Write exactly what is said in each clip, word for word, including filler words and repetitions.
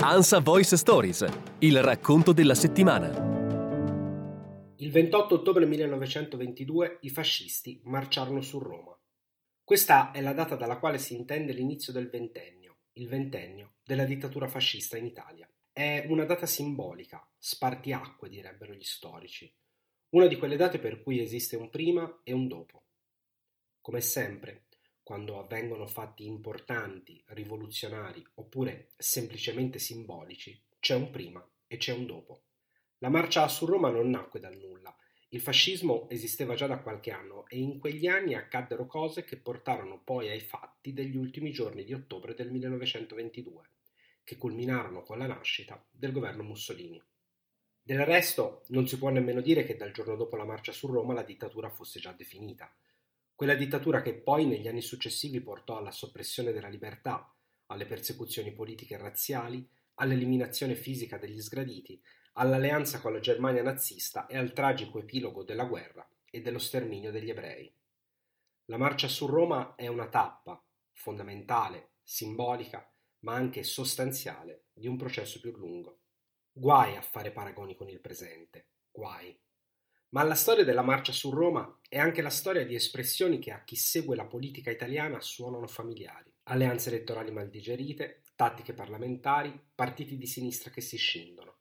ANSA Voice Stories, il racconto della settimana. Il ventotto ottobre millenovecentoventidue i fascisti marciarono su Roma. Questa è la data dalla quale si intende l'inizio del ventennio, il ventennio della dittatura fascista in Italia. È una data simbolica, spartiacque direbbero gli storici, una di quelle date per cui esiste un prima e un dopo. Come sempre, quando avvengono fatti importanti, rivoluzionari oppure semplicemente simbolici, c'è un prima e c'è un dopo. La marcia su Roma non nacque dal nulla. Il fascismo esisteva già da qualche anno e in quegli anni accaddero cose che portarono poi ai fatti degli ultimi giorni di ottobre del millenovecentoventidue, che culminarono con la nascita del governo Mussolini. Del resto, non si può nemmeno dire che dal giorno dopo la marcia su Roma la dittatura fosse già definita. Quella dittatura che poi negli anni successivi portò alla soppressione della libertà, alle persecuzioni politiche e razziali, all'eliminazione fisica degli sgraditi, all'alleanza con la Germania nazista e al tragico epilogo della guerra e dello sterminio degli ebrei. La marcia su Roma è una tappa, fondamentale, simbolica, ma anche sostanziale, di un processo più lungo. Guai a fare paragoni con il presente, guai. Ma la storia della marcia su Roma è anche la storia di espressioni che a chi segue la politica italiana suonano familiari. Alleanze elettorali mal digerite, tattiche parlamentari, partiti di sinistra che si scindono.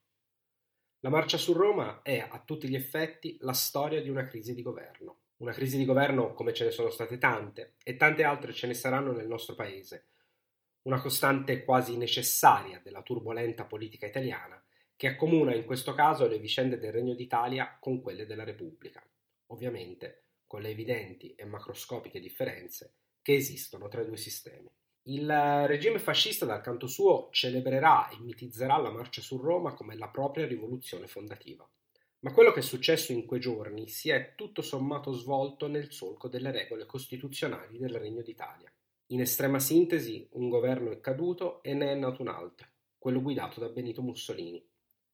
La marcia su Roma è a tutti gli effetti la storia di una crisi di governo. Una crisi di governo come ce ne sono state tante, e tante altre ce ne saranno nel nostro paese. Una costante quasi necessaria della turbolenta politica italiana, che accomuna in questo caso le vicende del Regno d'Italia con quelle della Repubblica, ovviamente con le evidenti e macroscopiche differenze che esistono tra i due sistemi. Il regime fascista, dal canto suo, celebrerà e mitizzerà la marcia su Roma come la propria rivoluzione fondativa. Ma quello che è successo in quei giorni si è tutto sommato svolto nel solco delle regole costituzionali del Regno d'Italia. In estrema sintesi, un governo è caduto e ne è nato un altro, quello guidato da Benito Mussolini.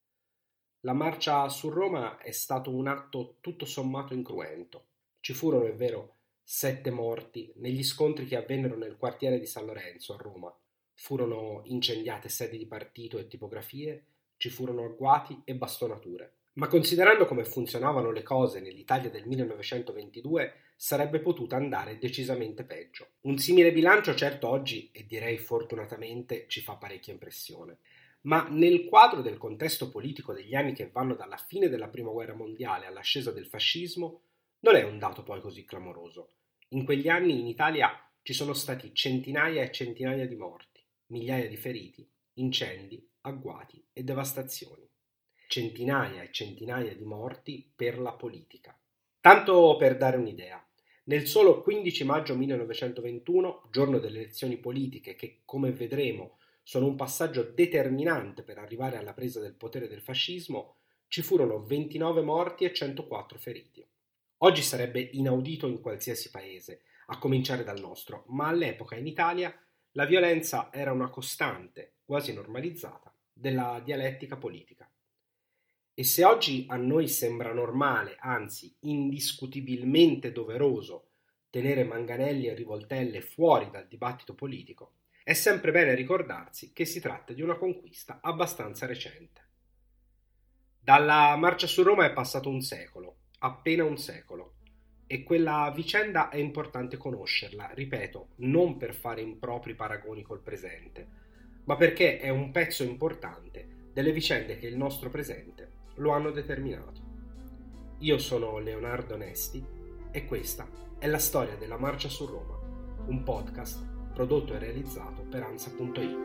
La marcia su Roma è stato un atto tutto sommato incruento. Ci furono, è vero, sette morti negli scontri che avvennero nel quartiere di San Lorenzo a Roma. Furono incendiate sedi di partito e tipografie, ci furono agguati e bastonature. Ma considerando come funzionavano le cose nell'Italia del millenovecentoventidue, sarebbe potuta andare decisamente peggio. Un simile bilancio certo oggi, e direi fortunatamente, ci fa parecchia impressione. Ma nel quadro del contesto politico degli anni che vanno dalla fine della Prima Guerra Mondiale all'ascesa del fascismo, non è un dato poi così clamoroso. In quegli anni in Italia ci sono stati centinaia e centinaia di morti, migliaia di feriti, incendi, agguati e devastazioni. Centinaia e centinaia di morti per la politica. Tanto per dare un'idea, nel solo quindici maggio millenovecentoventuno, giorno delle elezioni politiche che, come vedremo, sono un passaggio determinante per arrivare alla presa del potere del fascismo, ci furono ventinove morti e centoquattro feriti. Oggi sarebbe inaudito in qualsiasi paese, a cominciare dal nostro, ma all'epoca in Italia la violenza era una costante, quasi normalizzata, della dialettica politica. E se oggi a noi sembra normale, anzi indiscutibilmente doveroso, tenere manganelli e rivoltelle fuori dal dibattito politico, è sempre bene ricordarsi che si tratta di una conquista abbastanza recente. Dalla marcia su Roma è passato un secolo, appena un secolo, e quella vicenda è importante conoscerla, ripeto, non per fare impropri paragoni col presente, ma perché è un pezzo importante delle vicende che il nostro presente lo hanno determinato. Io sono Leonardo Nesti e questa è la storia della marcia su Roma, un podcast prodotto e realizzato per ansa punto it.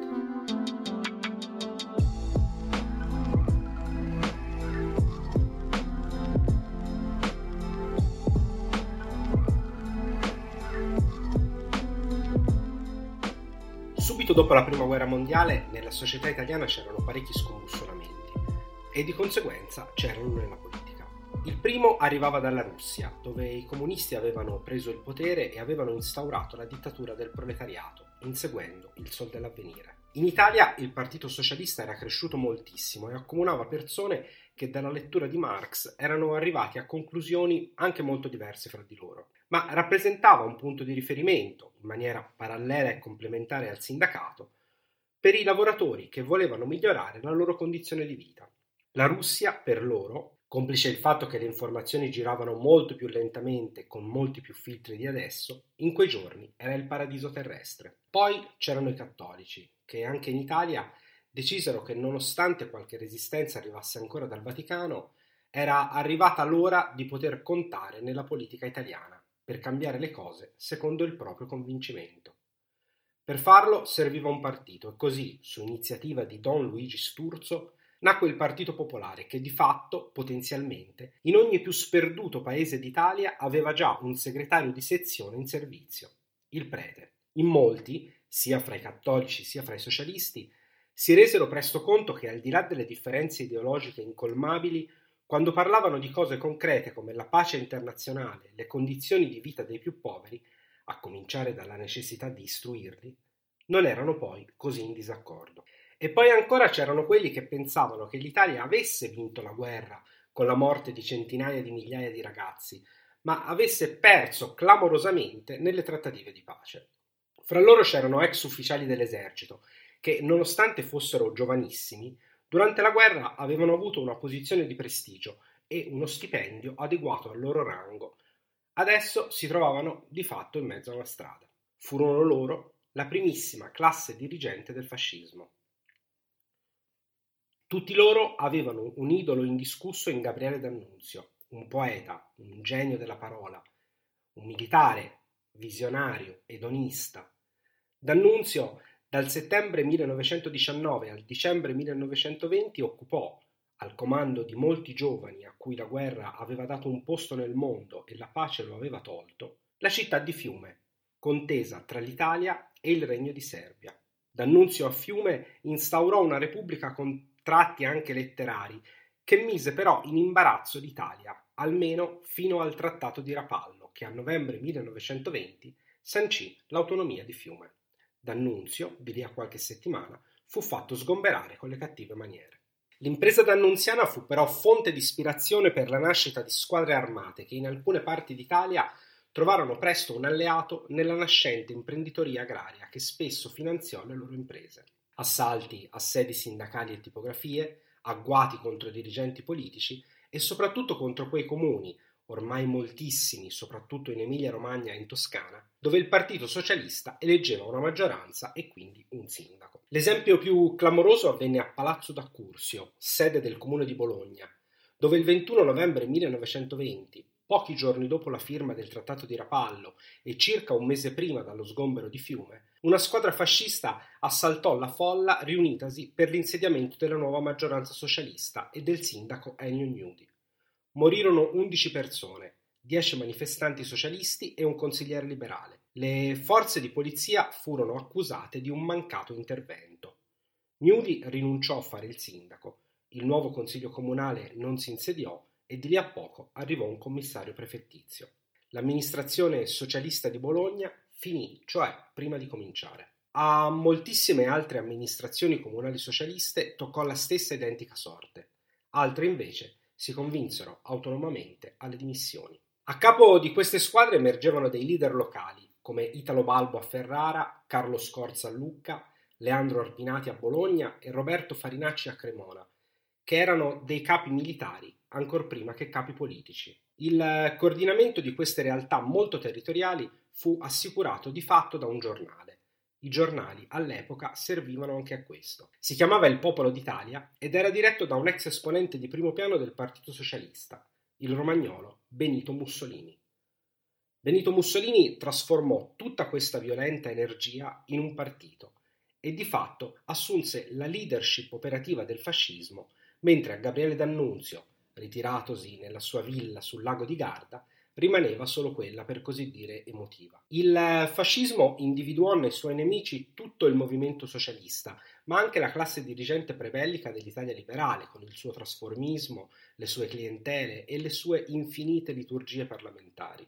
Subito dopo la Prima Guerra Mondiale, nella società italiana c'erano parecchi scombussolamenti e di conseguenza c'erano nella politica. Il primo arrivava dalla Russia, dove i comunisti avevano preso il potere e avevano instaurato la dittatura del proletariato, inseguendo il Sol dell'Avvenire. In Italia il Partito Socialista era cresciuto moltissimo e accomunava persone che dalla lettura di Marx erano arrivati a conclusioni anche molto diverse fra di loro, ma rappresentava un punto di riferimento, in maniera parallela e complementare al sindacato, per i lavoratori che volevano migliorare la loro condizione di vita. La Russia, per loro, complice il fatto che le informazioni giravano molto più lentamente con molti più filtri di adesso, in quei giorni era il paradiso terrestre. Poi c'erano i cattolici, che anche in Italia decisero che nonostante qualche resistenza arrivasse ancora dal Vaticano, era arrivata l'ora di poter contare nella politica italiana per cambiare le cose secondo il proprio convincimento. Per farlo serviva un partito e così, su iniziativa di Don Luigi Sturzo, nacque il Partito Popolare che di fatto, potenzialmente, in ogni più sperduto paese d'Italia aveva già un segretario di sezione in servizio, il prete. In molti, sia fra i cattolici sia fra i socialisti, si resero presto conto che al di là delle differenze ideologiche incolmabili, quando parlavano di cose concrete come la pace internazionale, le condizioni di vita dei più poveri, a cominciare dalla necessità di istruirli, non erano poi così in disaccordo. E poi ancora c'erano quelli che pensavano che l'Italia avesse vinto la guerra con la morte di centinaia di migliaia di ragazzi, ma avesse perso clamorosamente nelle trattative di pace. Fra loro c'erano ex ufficiali dell'esercito che, nonostante fossero giovanissimi, durante la guerra avevano avuto una posizione di prestigio e uno stipendio adeguato al loro rango. Adesso si trovavano di fatto in mezzo a una strada. Furono loro la primissima classe dirigente del fascismo. Tutti loro avevano un idolo indiscusso in Gabriele D'Annunzio, un poeta, un genio della parola, un militare, visionario, edonista. D'Annunzio dal settembre millenovecentodiciannove al dicembre millenovecentoventi occupò, al comando di molti giovani a cui la guerra aveva dato un posto nel mondo e la pace lo aveva tolto, la città di Fiume, contesa tra l'Italia e il Regno di Serbia. D'Annunzio a Fiume instaurò una repubblica con tratti anche letterari, che mise però in imbarazzo l'Italia, almeno fino al Trattato di Rapallo, che a novembre millenovecentoventi sancì l'autonomia di Fiume. D'Annunzio, di lì a qualche settimana, fu fatto sgomberare con le cattive maniere. L'impresa d'annunziana fu però fonte di ispirazione per la nascita di squadre armate che in alcune parti d'Italia trovarono presto un alleato nella nascente imprenditoria agraria che spesso finanziò le loro imprese. Assalti a sedi sindacali e tipografie, agguati contro dirigenti politici e soprattutto contro quei comuni, ormai moltissimi, soprattutto in Emilia-Romagna e in Toscana, dove il Partito Socialista eleggeva una maggioranza e quindi un sindaco. L'esempio più clamoroso avvenne a Palazzo d'Accursio, sede del comune di Bologna, dove il ventuno novembre millenovecentoventi, pochi giorni dopo la firma del Trattato di Rapallo e circa un mese prima dallo sgombero di Fiume, una squadra fascista assaltò la folla riunitasi per l'insediamento della nuova maggioranza socialista e del sindaco Ennio Ignudi. Morirono undici persone, dieci manifestanti socialisti e un consigliere liberale. Le forze di polizia furono accusate di un mancato intervento. Ignudi rinunciò a fare il sindaco, il nuovo consiglio comunale non si insediò e di lì a poco arrivò un commissario prefettizio. L'amministrazione socialista di Bologna finì, cioè, prima di cominciare. A moltissime altre amministrazioni comunali socialiste toccò la stessa identica sorte. Altre invece si convinsero autonomamente alle dimissioni. A capo di queste squadre emergevano dei leader locali, come Italo Balbo a Ferrara, Carlo Scorza a Lucca, Leandro Arpinati a Bologna e Roberto Farinacci a Cremona, che erano dei capi militari ancor prima che capi politici. Il coordinamento di queste realtà molto territoriali fu assicurato di fatto da un giornale. I giornali all'epoca servivano anche a questo. Si chiamava Il Popolo d'Italia ed era diretto da un ex esponente di primo piano del Partito Socialista, il romagnolo Benito Mussolini. Benito Mussolini trasformò tutta questa violenta energia in un partito e di fatto assunse la leadership operativa del fascismo, mentre a Gabriele D'Annunzio, ritiratosi nella sua villa sul lago di Garda, rimaneva solo quella, per così dire, emotiva. Il fascismo individuò nei suoi nemici tutto il movimento socialista, ma anche la classe dirigente prebellica dell'Italia liberale, con il suo trasformismo, le sue clientele e le sue infinite liturgie parlamentari.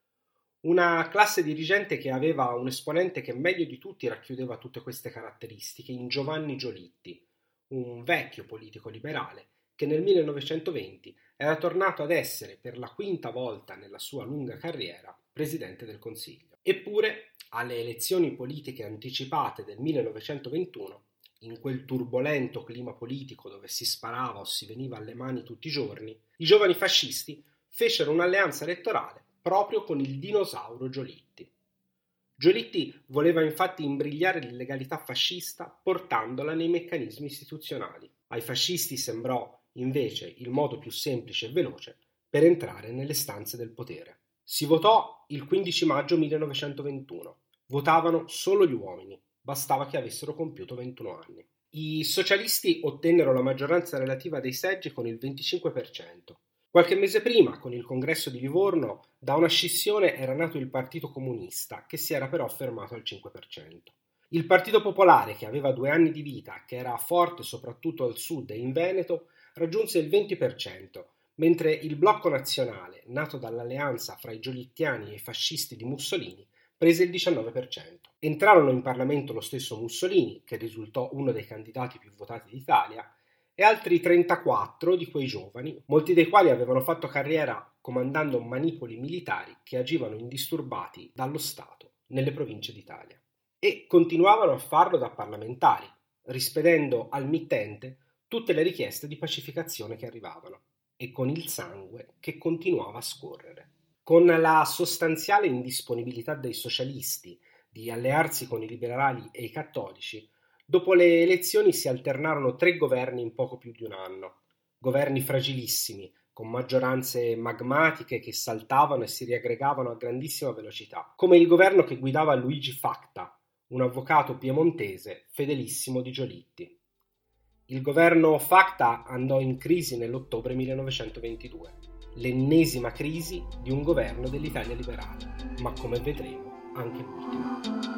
Una classe dirigente che aveva un esponente che meglio di tutti racchiudeva tutte queste caratteristiche in Giovanni Giolitti, un vecchio politico liberale che nel millenovecentoventi era tornato ad essere per la quinta volta nella sua lunga carriera presidente del Consiglio. Eppure, alle elezioni politiche anticipate del millenovecentoventuno, in quel turbolento clima politico dove si sparava o si veniva alle mani tutti i giorni, i giovani fascisti fecero un'alleanza elettorale proprio con il dinosauro Giolitti. Giolitti voleva infatti imbrigliare l'illegalità fascista portandola nei meccanismi istituzionali. Ai fascisti sembrò invece il modo più semplice e veloce per entrare nelle stanze del potere. Si votò il quindici maggio millenovecentoventuno. Votavano solo gli uomini, bastava che avessero compiuto ventuno anni. I socialisti ottennero la maggioranza relativa dei seggi con il venticinque per cento. Qualche mese prima, con il congresso di Livorno, da una scissione era nato il Partito Comunista, che si era però fermato al cinque per cento. Il Partito Popolare, che aveva due anni di vita, che era forte soprattutto al sud e in Veneto, raggiunse il venti per cento, mentre il Blocco Nazionale, nato dall'alleanza fra i giolittiani e i fascisti di Mussolini, prese il diciannove per cento. Entrarono in Parlamento lo stesso Mussolini, che risultò uno dei candidati più votati d'Italia, e altri trentaquattro di quei giovani, molti dei quali avevano fatto carriera comandando manipoli militari che agivano indisturbati dallo Stato nelle province d'Italia. E continuavano a farlo da parlamentari, rispedendo al mittente tutte le richieste di pacificazione che arrivavano, e con il sangue che continuava a scorrere. Con la sostanziale indisponibilità dei socialisti di allearsi con i liberali e i cattolici, dopo le elezioni si alternarono tre governi in poco più di un anno, governi fragilissimi, con maggioranze magmatiche che saltavano e si riaggregavano a grandissima velocità, come il governo che guidava Luigi Facta, un avvocato piemontese fedelissimo di Giolitti. Il governo Facta andò in crisi nell'ottobre millenovecentoventidue, l'ennesima crisi di un governo dell'Italia liberale, ma come vedremo anche l'ultima.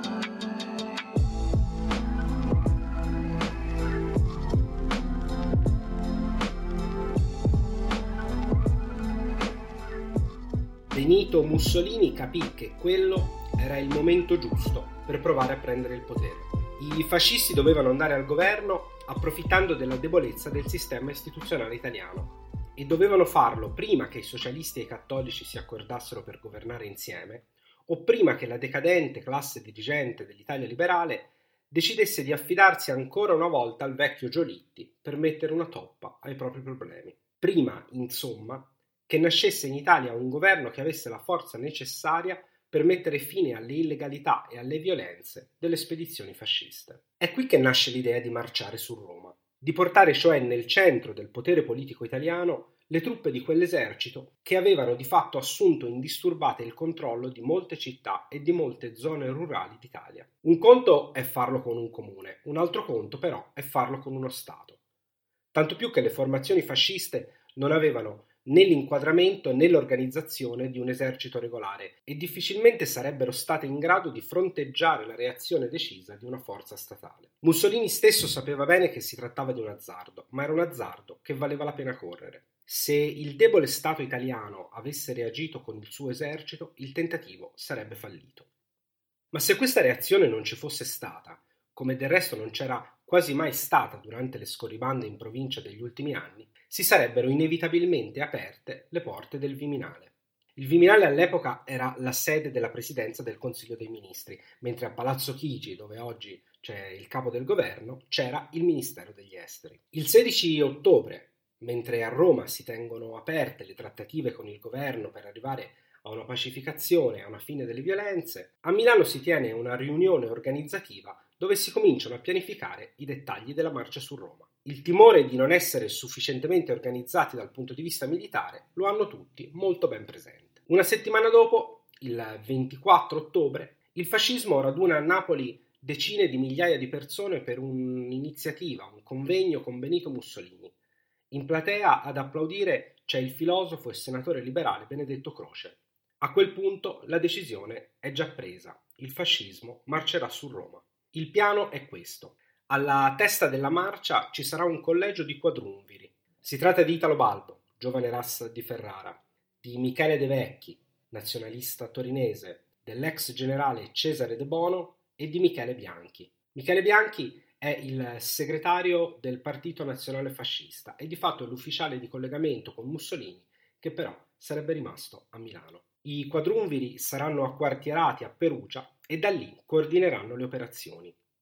Benito Mussolini capì che quello era il momento giusto per provare a prendere il potere. I fascisti dovevano andare al governo approfittando della debolezza del sistema istituzionale italiano e dovevano farlo prima che i socialisti e i cattolici si accordassero per governare insieme o prima che la decadente classe dirigente dell'Italia liberale decidesse di affidarsi ancora una volta al vecchio Giolitti per mettere una toppa ai propri problemi. Prima, insomma, che nascesse in Italia un governo che avesse la forza necessaria per mettere fine alle illegalità e alle violenze delle spedizioni fasciste. È qui che nasce l'idea di marciare su Roma, di portare cioè nel centro del potere politico italiano le truppe di quell'esercito che avevano di fatto assunto indisturbate il controllo di molte città e di molte zone rurali d'Italia. Un conto è farlo con un comune, un altro conto però è farlo con uno Stato. Tanto più che le formazioni fasciste non avevano né l'inquadramento né l'organizzazione di un esercito regolare e difficilmente sarebbero state in grado di fronteggiare la reazione decisa di una forza statale. Mussolini stesso sapeva bene che si trattava di un azzardo, ma era un azzardo che valeva la pena correre. Se il debole Stato italiano avesse reagito con il suo esercito, il tentativo sarebbe fallito. Ma se questa reazione non ci fosse stata, come del resto non c'era quasi mai stata durante le scorribande in provincia degli ultimi anni, si sarebbero inevitabilmente aperte le porte del Viminale. Il Viminale all'epoca era la sede della presidenza del Consiglio dei Ministri, mentre a Palazzo Chigi, dove oggi c'è il capo del governo, c'era il Ministero degli Esteri. Il sedici ottobre, mentre a Roma si tengono aperte le trattative con il governo per arrivare a una pacificazione, a una fine delle violenze, a Milano si tiene una riunione organizzativa dove si cominciano a pianificare i dettagli della marcia su Roma. Il timore di non essere sufficientemente organizzati dal punto di vista militare lo hanno tutti molto ben presente. Una settimana dopo, il ventiquattro ottobre, il fascismo raduna a Napoli decine di migliaia di persone per un'iniziativa, un convegno con Benito Mussolini. In platea ad applaudire c'è il filosofo e senatore liberale Benedetto Croce. A quel punto la decisione è già presa, il fascismo marcerà su Roma. Il piano è questo. Alla testa della marcia ci sarà un collegio di quadrumviri. Si tratta di Italo Balbo, giovane ras di Ferrara, di Michele De Vecchi, nazionalista torinese, dell'ex generale Cesare De Bono e di Michele Bianchi. Michele Bianchi è il segretario del Partito Nazionale Fascista e di fatto è l'ufficiale di collegamento con Mussolini, che però sarebbe rimasto a Milano. I quadrumviri saranno acquartierati a Perugia e da lì coordineranno le operazioni.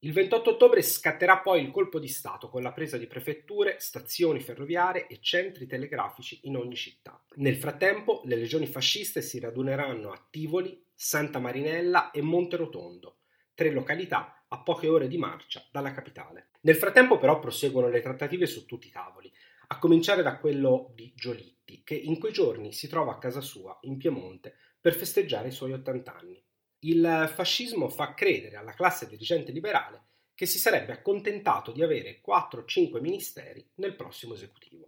Il ventotto ottobre scatterà poi il colpo di Stato con la presa di prefetture, stazioni ferroviarie e centri telegrafici in ogni città. Nel frattempo le legioni fasciste si raduneranno a Tivoli, Santa Marinella e Monterotondo, tre località a poche ore di marcia dalla capitale. Nel frattempo però proseguono le trattative su tutti i tavoli, a cominciare da quello di Giolitti, che in quei giorni si trova a casa sua in Piemonte per festeggiare i suoi ottanta anni. Il fascismo fa credere alla classe dirigente liberale che si sarebbe accontentato di avere quattro o cinque ministeri nel prossimo esecutivo.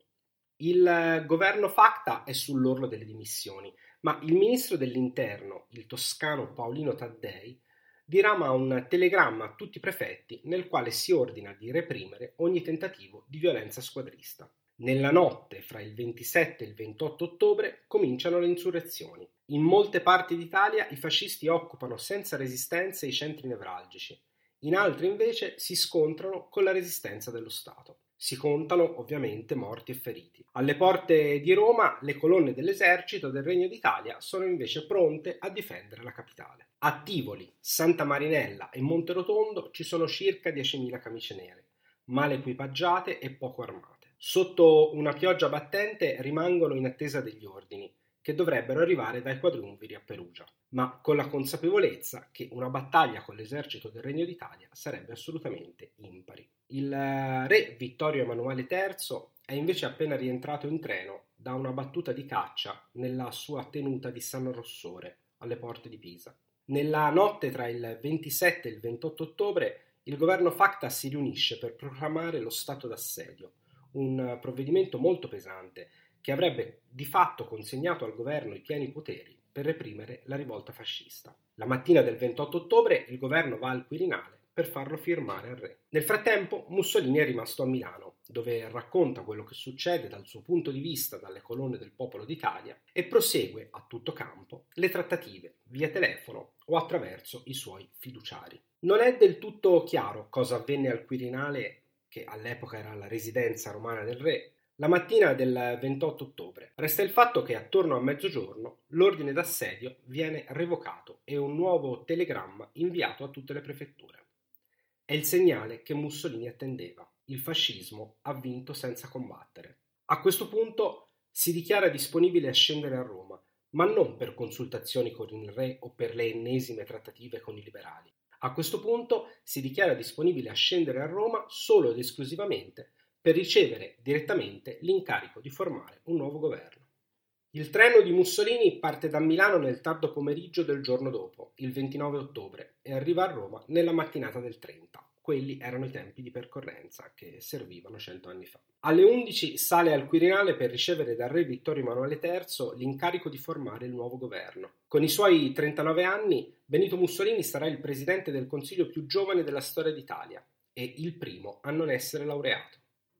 Il governo Facta è sull'orlo delle dimissioni, ma il ministro dell'interno, il toscano Paolino Taddei, dirama un telegramma a tutti i prefetti nel quale si ordina di reprimere ogni tentativo di violenza squadrista. Nella notte fra il ventisette e il ventotto ottobre cominciano le insurrezioni. In molte parti d'Italia i fascisti occupano senza resistenze i centri nevralgici, in altre invece si scontrano con la resistenza dello Stato. Si contano ovviamente morti e feriti. Alle porte di Roma le colonne dell'esercito del Regno d'Italia sono invece pronte a difendere la capitale. A Tivoli, Santa Marinella e Monterotondo ci sono circa diecimila camicie nere, male equipaggiate e poco armate. Sotto una pioggia battente rimangono in attesa degli ordini, che dovrebbero arrivare dai quadriumviri a Perugia, ma con la consapevolezza che una battaglia con l'esercito del Regno d'Italia sarebbe assolutamente impari. Il re Vittorio Emanuele terzo è invece appena rientrato in treno da una battuta di caccia nella sua tenuta di San Rossore, alle porte di Pisa. Nella notte tra il ventisette e il ventotto ottobre il governo Facta si riunisce per proclamare lo stato d'assedio, un provvedimento molto pesante che avrebbe di fatto consegnato al governo i pieni poteri per reprimere la rivolta fascista. La mattina del ventotto ottobre il governo va al Quirinale per farlo firmare al re. Nel frattempo Mussolini è rimasto a Milano, dove racconta quello che succede dal suo punto di vista dalle colonne del Popolo d'Italia e prosegue a tutto campo le trattative via telefono o attraverso i suoi fiduciari. Non è del tutto chiaro cosa avvenne al Quirinale, che all'epoca era la residenza romana del re, la mattina del ventotto ottobre. Resta il fatto che attorno a mezzogiorno l'ordine d'assedio viene revocato e un nuovo telegramma inviato a tutte le prefetture. È il segnale che Mussolini attendeva. Il fascismo ha vinto senza combattere. A questo punto si dichiara disponibile a scendere a Roma, ma non per consultazioni con il re o per le ennesime trattative con i liberali. A questo punto si dichiara disponibile a scendere a Roma solo ed esclusivamente per ricevere direttamente l'incarico di formare un nuovo governo. Il treno di Mussolini parte da Milano nel tardo pomeriggio del giorno dopo, il ventinove ottobre, e arriva a Roma nella mattinata del trenta. Quelli erano i tempi di percorrenza che servivano cento anni fa. Alle undici sale al Quirinale per ricevere dal re Vittorio Emanuele terzo l'incarico di formare il nuovo governo. Con i suoi trentanove anni, Benito Mussolini sarà il presidente del Consiglio più giovane della storia d'Italia e il primo a non essere laureato.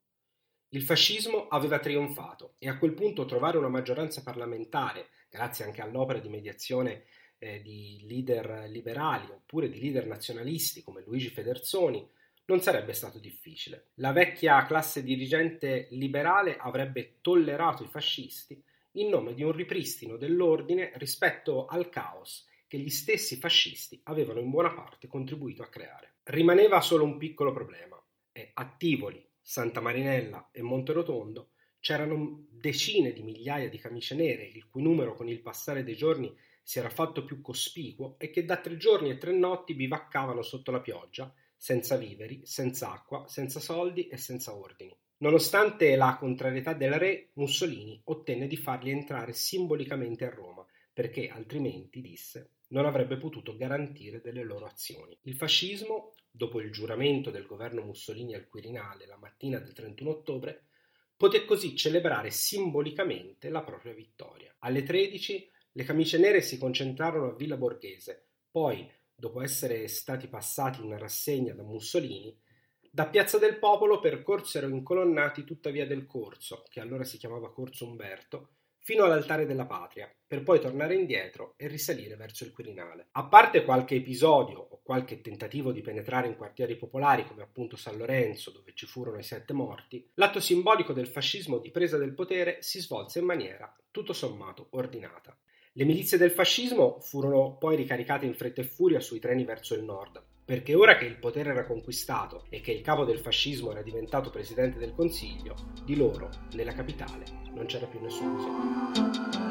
Il fascismo aveva trionfato e a quel punto trovare una maggioranza parlamentare, grazie anche all'opera di mediazione eh, di leader liberali oppure di leader nazionalisti come Luigi Federzoni, non sarebbe stato difficile. La vecchia classe dirigente liberale avrebbe tollerato i fascisti in nome di un ripristino dell'ordine rispetto al caos che gli stessi fascisti avevano in buona parte contribuito a creare. Rimaneva solo un piccolo problema. E a Tivoli, Santa Marinella e Monterotondo c'erano decine di migliaia di camicie nere, il cui numero con il passare dei giorni si era fatto più cospicuo e che da tre giorni e tre notti bivaccavano sotto la pioggia, senza viveri, senza acqua, senza soldi e senza ordini. Nonostante la contrarietà del re, Mussolini ottenne di farli entrare simbolicamente a Roma, perché altrimenti, disse, non avrebbe potuto garantire delle loro azioni. Il fascismo, dopo il giuramento del governo Mussolini al Quirinale la mattina del trentuno ottobre, poté così celebrare simbolicamente la propria vittoria. Alle tredici le camicie nere si concentrarono a Villa Borghese, poi, dopo essere stati passati in rassegna da Mussolini, da Piazza del Popolo percorsero incolonnati tutta via del Corso, che allora si chiamava Corso Umberto, fino all'Altare della Patria, per poi tornare indietro e risalire verso il Quirinale. A parte qualche episodio o qualche tentativo di penetrare in quartieri popolari come appunto San Lorenzo, dove ci furono i sette morti, l'atto simbolico del fascismo di presa del potere si svolse in maniera tutto sommato ordinata. Le milizie del fascismo furono poi ricaricate in fretta e furia sui treni verso il nord, perché ora che il potere era conquistato e che il capo del fascismo era diventato presidente del Consiglio, di loro, nella capitale, non c'era più nessun bisogno.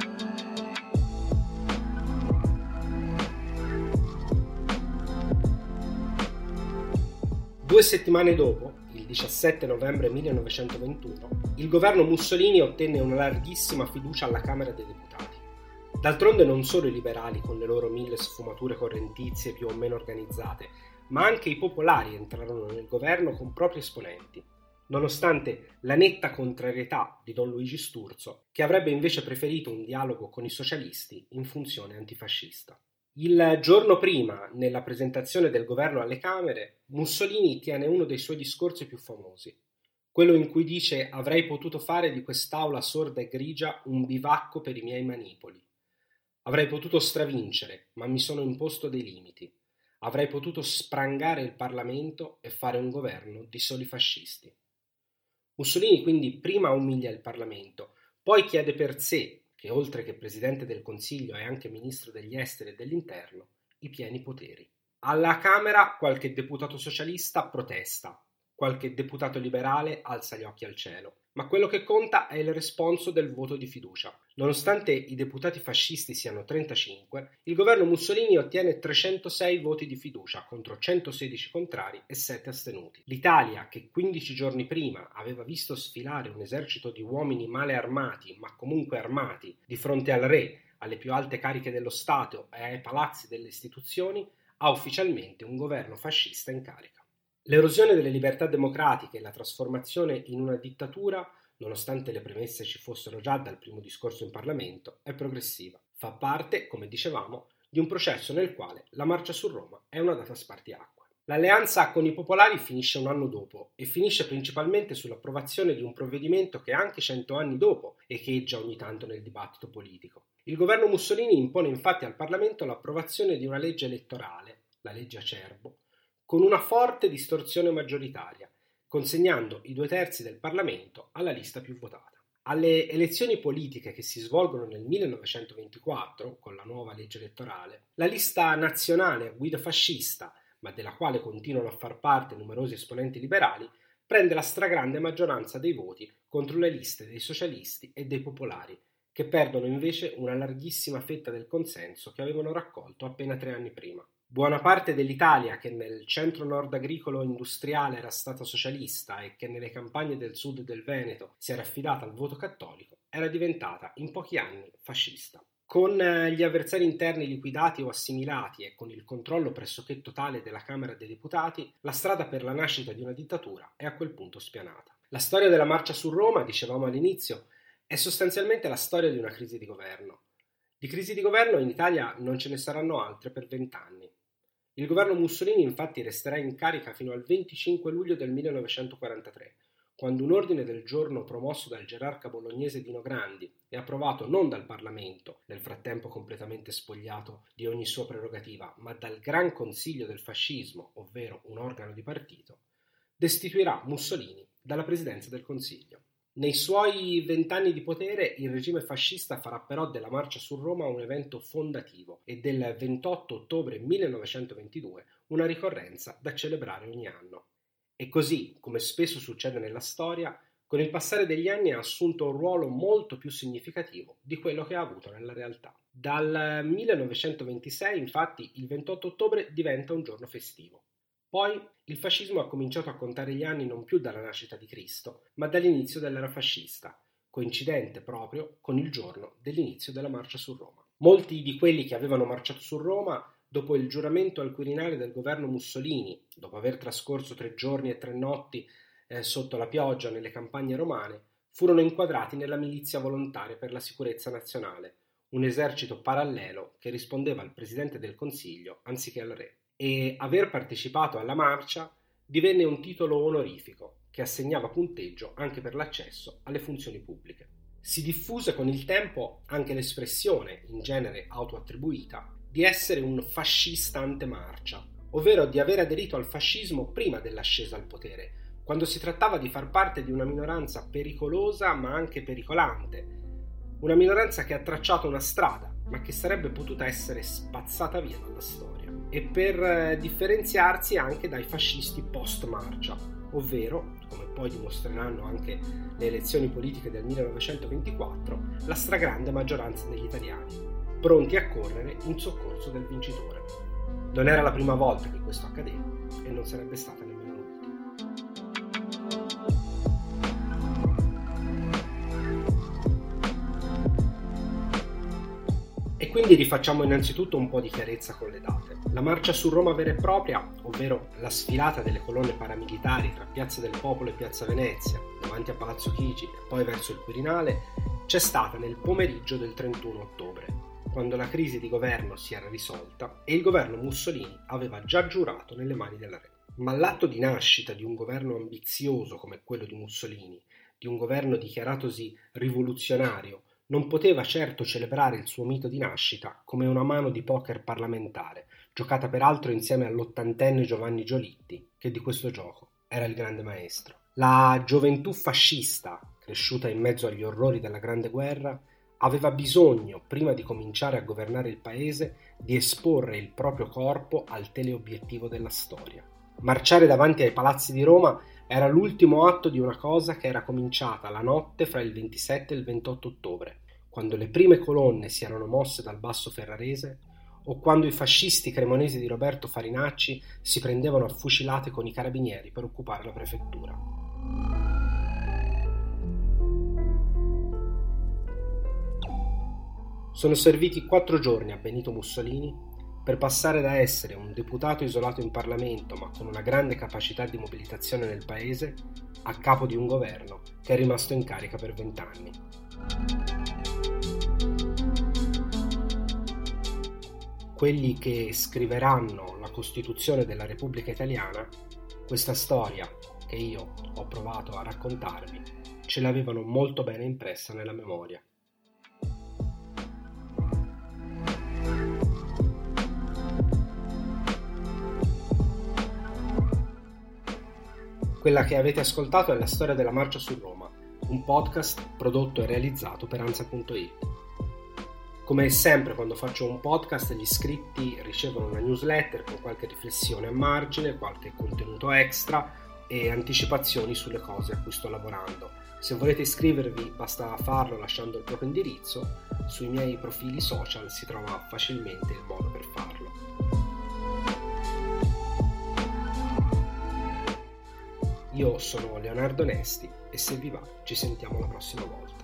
Due settimane dopo, il diciassette novembre millenovecentoventuno, il governo Mussolini ottenne una larghissima fiducia alla Camera dei Deputati. D'altronde non solo i liberali con le loro mille sfumature correntizie più o meno organizzate, ma anche i popolari entrarono nel governo con propri esponenti, nonostante la netta contrarietà di Don Luigi Sturzo, che avrebbe invece preferito un dialogo con i socialisti in funzione antifascista. Il giorno prima, nella presentazione del governo alle Camere, Mussolini tiene uno dei suoi discorsi più famosi, quello in cui dice: «Avrei potuto fare di quest'aula sorda e grigia un bivacco per i miei manipoli. Avrei potuto stravincere, ma mi sono imposto dei limiti. Avrei potuto sprangare il Parlamento e fare un governo di soli fascisti». Mussolini quindi prima umilia il Parlamento, poi chiede per sé, che oltre che Presidente del Consiglio è anche Ministro degli Esteri e dell'Interno, i pieni poteri. Alla Camera qualche deputato socialista protesta, qualche deputato liberale alza gli occhi al cielo, ma quello che conta è il responso del voto di fiducia. Nonostante i deputati fascisti siano trentacinque, il governo Mussolini ottiene trecentosei voti di fiducia contro centosedici contrari e sette astenuti. L'Italia, che quindici giorni prima aveva visto sfilare un esercito di uomini male armati, ma comunque armati, di fronte al re, alle più alte cariche dello Stato e ai palazzi delle istituzioni, ha ufficialmente un governo fascista in carica. L'erosione delle libertà democratiche e la trasformazione in una dittatura, nonostante le premesse ci fossero già dal primo discorso in Parlamento, è progressiva. Fa parte, come dicevamo, di un processo nel quale la marcia su Roma è una data spartiacque. L'alleanza con i popolari finisce un anno dopo e finisce principalmente sull'approvazione di un provvedimento che anche cento anni dopo echeggia ogni tanto nel dibattito politico. Il governo Mussolini impone infatti al Parlamento l'approvazione di una legge elettorale, la legge Acerbo, con una forte distorsione maggioritaria, consegnando i due terzi del Parlamento alla lista più votata. Alle elezioni politiche che si svolgono nel millenovecentoventiquattro, con la nuova legge elettorale, la lista nazionale a guida fascista, ma della quale continuano a far parte numerosi esponenti liberali, prende la stragrande maggioranza dei voti contro le liste dei socialisti e dei popolari, che perdono invece una larghissima fetta del consenso che avevano raccolto appena tre anni prima. Buona parte dell'Italia, che nel centro-nord agricolo-industriale era stata socialista e che nelle campagne del sud del Veneto si era affidata al voto cattolico, era diventata in pochi anni fascista. Con gli avversari interni liquidati o assimilati e con il controllo pressoché totale della Camera dei Deputati, la strada per la nascita di una dittatura è a quel punto spianata. La storia della marcia su Roma, dicevamo all'inizio, è sostanzialmente la storia di una crisi di governo. Di crisi di governo in Italia non ce ne saranno altre per vent'anni. Il governo Mussolini infatti resterà in carica fino al venticinque luglio del millenovecentoquarantatré, quando un ordine del giorno promosso dal gerarca bolognese Dino Grandi e approvato non dal Parlamento, nel frattempo completamente spogliato di ogni sua prerogativa, ma dal Gran Consiglio del Fascismo, ovvero un organo di partito, destituirà Mussolini dalla presidenza del Consiglio. Nei suoi vent'anni di potere il regime fascista farà però della marcia su Roma un evento fondativo e del ventotto ottobre millenovecentoventidue una ricorrenza da celebrare ogni anno. E così, come spesso succede nella storia, con il passare degli anni ha assunto un ruolo molto più significativo di quello che ha avuto nella realtà. Dal millenovecentoventisei, infatti, il ventotto ottobre diventa un giorno festivo. Poi il fascismo ha cominciato a contare gli anni non più dalla nascita di Cristo, ma dall'inizio dell'era fascista, coincidente proprio con il giorno dell'inizio della marcia su Roma. Molti di quelli che avevano marciato su Roma, dopo il giuramento al Quirinale del governo Mussolini, dopo aver trascorso tre giorni e tre notti eh, sotto la pioggia nelle campagne romane, furono inquadrati nella milizia volontaria per la sicurezza nazionale, un esercito parallelo che rispondeva al Presidente del Consiglio anziché al re. E aver partecipato alla marcia divenne un titolo onorifico che assegnava punteggio anche per l'accesso alle funzioni pubbliche. Si diffuse con il tempo anche l'espressione, in genere autoattribuita, di essere un fascista antemarcia, ovvero di aver aderito al fascismo prima dell'ascesa al potere, quando si trattava di far parte di una minoranza pericolosa ma anche pericolante, una minoranza che ha tracciato una strada ma che sarebbe potuta essere spazzata via dalla storia. e per differenziarsi anche dai fascisti post-marcia, ovvero, come poi dimostreranno anche le elezioni politiche del millenovecentoventiquattro, la stragrande maggioranza degli italiani, pronti a correre in soccorso del vincitore. Non era la prima volta che questo accadeva e non sarebbe stata nemmeno l'ultima. E quindi rifacciamo innanzitutto un po' di chiarezza con le date. La marcia su Roma vera e propria, ovvero la sfilata delle colonne paramilitari tra Piazza del Popolo e Piazza Venezia, davanti a Palazzo Chigi e poi verso il Quirinale, c'è stata nel pomeriggio del trentuno ottobre, quando la crisi di governo si era risolta e il governo Mussolini aveva già giurato nelle mani della Re. Ma l'atto di nascita di un governo ambizioso come quello di Mussolini, di un governo dichiaratosi rivoluzionario, non poteva certo celebrare il suo mito di nascita come una mano di poker parlamentare, giocata peraltro insieme all'ottantenne Giovanni Giolitti, che di questo gioco era il grande maestro. La gioventù fascista, cresciuta in mezzo agli orrori della Grande Guerra, aveva bisogno, prima di cominciare a governare il paese, di esporre il proprio corpo al teleobiettivo della storia. Marciare davanti ai palazzi di Roma era l'ultimo atto di una cosa che era cominciata la notte fra il ventisette e il ventotto ottobre, quando le prime colonne si erano mosse dal basso ferrarese o quando i fascisti cremonesi di Roberto Farinacci si prendevano a fucilate con i carabinieri per occupare la prefettura. Sono serviti quattro giorni a Benito Mussolini per passare da essere un deputato isolato in Parlamento ma con una grande capacità di mobilitazione nel paese a capo di un governo che è rimasto in carica per vent'anni. Quelli che scriveranno la Costituzione della Repubblica Italiana, questa storia che io ho provato a raccontarvi, ce l'avevano molto bene impressa nella memoria. Quella che avete ascoltato è la storia della marcia su Roma, un podcast prodotto e realizzato per Ansa punto it. Come sempre quando faccio un podcast, gli iscritti ricevono una newsletter con qualche riflessione a margine, qualche contenuto extra e anticipazioni sulle cose a cui sto lavorando. Se volete iscrivervi basta farlo lasciando il proprio indirizzo, sui miei profili social si trova facilmente il modo per farlo. Io sono Leonardo Nesti e se vi va ci sentiamo la prossima volta.